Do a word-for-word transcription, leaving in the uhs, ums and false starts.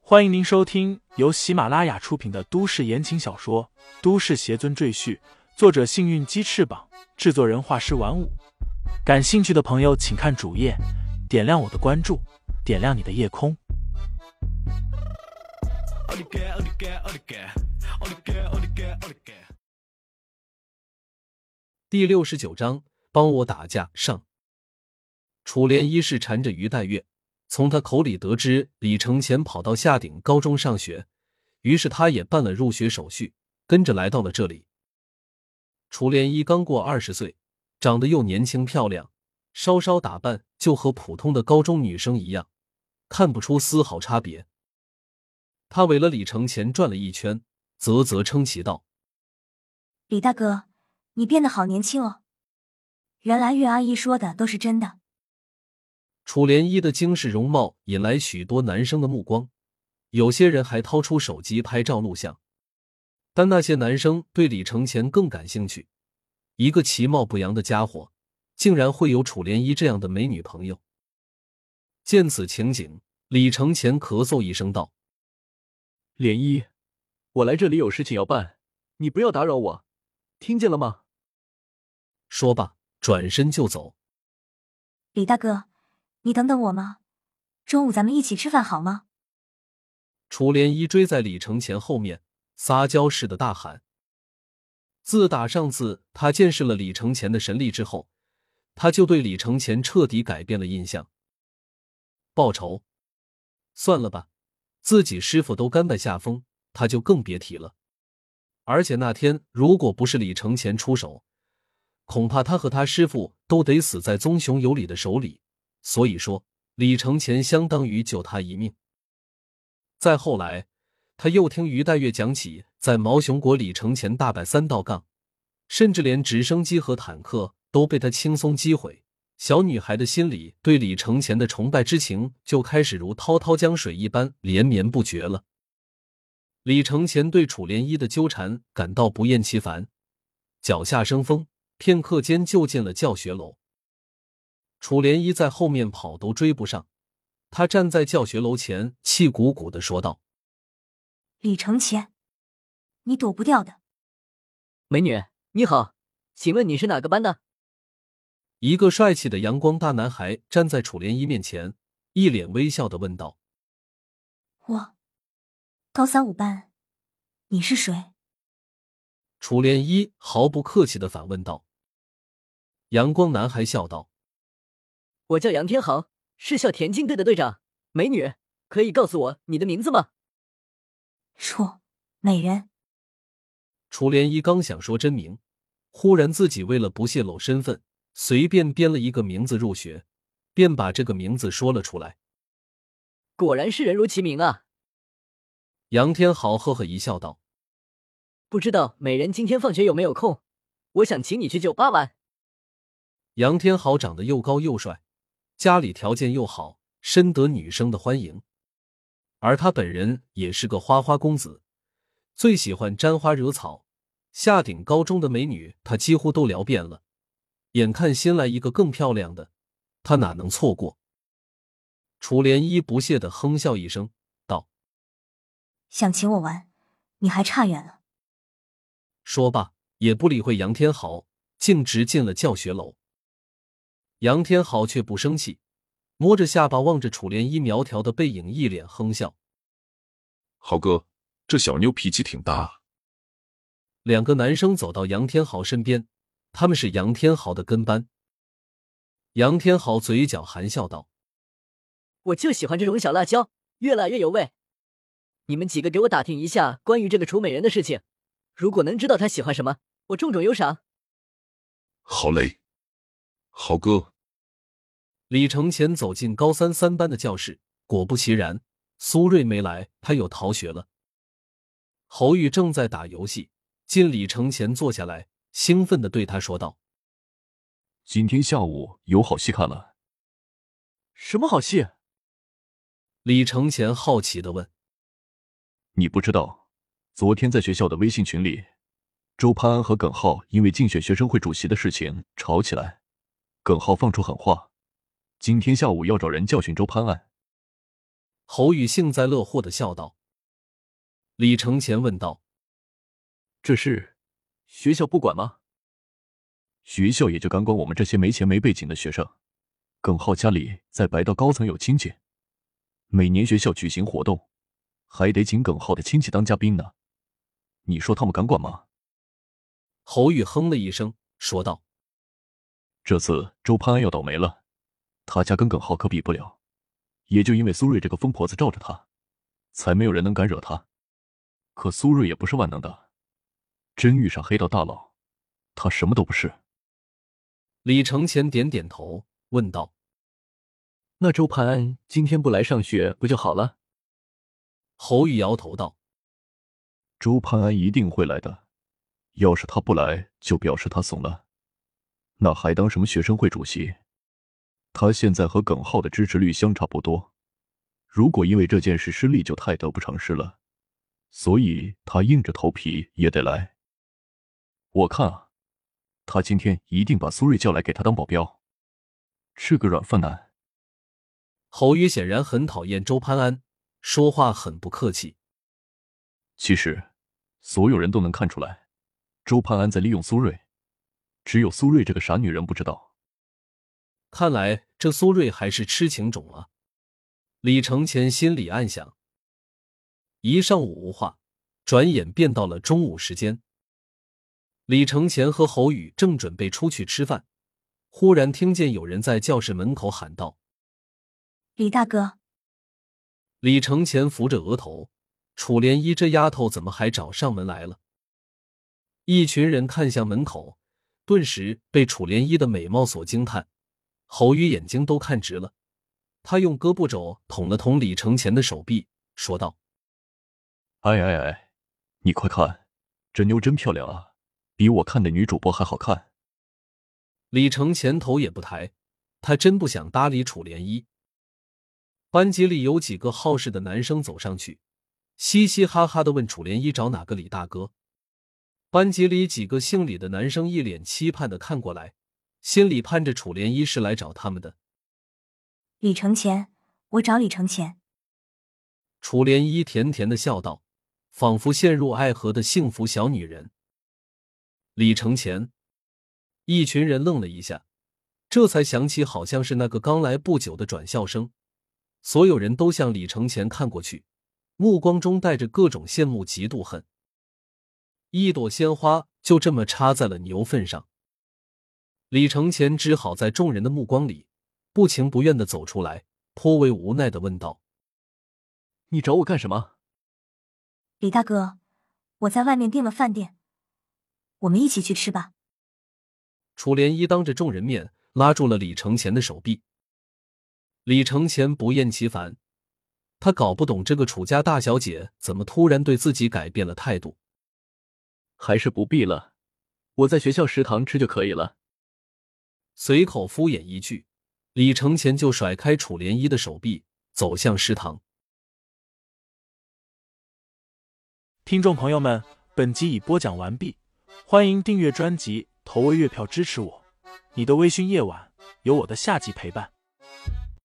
欢迎您收听由喜马拉雅出品的都市言情小说《都市邪尊赘婿》，作者幸运鸡翅膀，制作人画师玩五。感兴趣的朋友请看主页，点亮我的关注，点亮你的夜空。 第六十九章，帮我打架上。楚莲一是缠着于黛月，从他口里得知李承前跑到下鼎高中上学，于是他也办了入学手续，跟着来到了这里。楚莲一刚过二十岁，长得又年轻漂亮，稍稍打扮就和普通的高中女生一样，看不出丝毫差别。他围了李承前转了一圈，啧啧称奇道： 李大哥，你变得好年轻哦，原来岳阿姨说的都是真的。 楚莲一的惊世容貌引来许多男生的目光，有些人还掏出手机拍照录像。但那些男生对李承前更感兴趣，一个其貌不扬的家伙竟然会有楚莲一这样的美女朋友。见此情景，李承前咳嗽一声道： 莲一，我来这里有事情要办，你不要打扰我，听见了吗？ 说罢转身就走。 李大哥，你等等我吗？中午咱们一起吃饭好吗？ 楚莲一追在李承前后面，撒娇似的大喊。自打上次他见识了李承前的神力之后，他就对李承前彻底改变了印象。报仇？算了吧，自己师父都甘拜下风，他就更别提了。而且那天如果不是李承前出手，恐怕他和他师父都得死在棕熊有礼的手里。所以说，李承前相当于救他一命。再后来，他又听于黛月讲起在毛熊国李承前大败三道杠，甚至连直升机和坦克都被他轻松击毁。小女孩的心里对李承前的崇拜之情就开始如滔滔江水一般连绵不绝了。李承前对楚莲一的纠缠感到不厌其烦，脚下生风，片刻间就进了教学楼。楚莲一在后面跑都追不上，他站在教学楼前气鼓鼓地说道： 李承前，你躲不掉的。 美女你好，请问你是哪个班的？ 一个帅气的阳光大男孩站在楚莲一面前，一脸微笑地问道： 我高三五班，你是谁？ 楚莲一毫不客气地反问道。阳光男孩笑道： 我叫杨天豪，是校田径队的队长。美女，可以告诉我你的名字吗？ 楚美人。 楚莲一刚想说真名，忽然自己为了不泄露身份，随便编了一个名字入学，便把这个名字说了出来。 果然是人如其名啊。 杨天豪呵呵一笑道： 不知道美人今天放学有没有空，我想请你去酒吧玩。 杨天豪长得又高又帅，家里条件又好，深得女生的欢迎。而他本人也是个花花公子，最喜欢沾花惹草，下鼎高中的美女他几乎都聊遍了，眼看新来一个更漂亮的，他哪能错过？楚莲一不屑地哼笑一声道： 想请我玩，你还差远了。 说罢也不理会杨天豪，径直进了教学楼。杨天豪却不生气，摸着下巴望着楚莲一苗条的背影，一脸哼笑： 豪哥，这小妞脾气挺大。 两个男生走到杨天豪身边，他们是杨天豪的跟班。杨天豪嘴角含笑道： 我就喜欢这种小辣椒，越辣越有味。你们几个给我打听一下关于这个楚美人的事情，如果能知道她喜欢什么，我重重有赏。 好嘞，豪哥。 李承前走进高三三班的教室，果不其然，苏瑞没来，他又逃学了。侯玉正在打游戏，见李承前坐下来，兴奋地对他说道： 今天下午有好戏看了。 什么好戏？ 李承前好奇地问。 你不知道，昨天在学校的微信群里，周潘安和耿浩因为竞选学生会主席的事情吵起来，耿浩放出狠话，今天下午要找人教训周潘安。 侯宇幸灾乐祸的笑道。李承前问道： 这事学校不管吗？学校也就敢管我们这些没钱没背景的学生。耿浩家里在白道高层有亲戚，每年学校举行活动，还得请耿浩的亲戚当嘉宾呢。你说他们敢管吗？ 侯宇哼了一声，说道： 这次周潘安要倒霉了，他家跟耿浩可比不了，也就因为苏瑞这个疯婆子罩着他，才没有人能敢惹他。可苏瑞也不是万能的，真遇上黑道大佬，他什么都不是。 李承前点点头，问道： 那周潘安今天不来上学不就好了？ 侯宇摇头道： 周潘安一定会来的，要是他不来，就表示他怂了，那还当什么学生会主席？他现在和耿浩的支持率相差不多，如果因为这件事失利，就太得不偿失了。所以他硬着头皮也得来。我看啊，他今天一定把苏瑞叫来给他当保镖，吃个软饭男。 侯宇显然很讨厌周潘安，说话很不客气。 其实所有人都能看出来，周潘安在利用苏瑞，只有苏瑞这个傻女人不知道。 看来这苏瑞还是痴情种了。李承前心里暗想。一上午无话，转眼便到了中午时间。李承前和侯宇正准备出去吃饭，忽然听见有人在教室门口喊道： 李大哥。 李承前扶着额头，楚莲衣这丫头怎么还找上门来了？一群人看向门口，顿时被楚莲衣的美貌所惊叹，侯宇眼睛都看直了。他用胳膊肘捅了捅李承前的手臂，说道： 哎哎哎，你快看，这妞真漂亮啊，比我看的女主播还好看。 李承前头也不抬，他真不想搭理楚莲衣。班级里有几个好事的男生走上去，嘻嘻哈哈地问楚莲衣找哪个李大哥。班级里几个姓李的男生一脸期盼地看过来，心里盼着楚莲衣是来找他们的。 李承前，我找李承前。 楚莲衣甜甜地笑道，仿佛陷入爱河的幸福小女人。李承前，一群人愣了一下，这才想起好像是那个刚来不久的转校生。所有人都向李承前看过去，目光中带着各种羡慕嫉妒恨。一朵鲜花就这么插在了牛粪上。李承前只好在众人的目光里不情不愿地走出来，颇为无奈地问道： 你找我干什么？ 李大哥，我在外面订了饭店，我们一起去吃吧。 楚莲衣当着众人面拉住了李承前的手臂。李承前不厌其烦，他搞不懂这个楚家大小姐怎么突然对自己改变了态度。 还是不必了，我在学校食堂吃就可以了。 随口敷衍一句，李承前就甩开楚莲衣的手臂，走向食堂。 听众朋友们，本集已播讲完毕，欢迎订阅专辑，投喂月票支持我。你的微醺夜晚，有我的下集陪伴。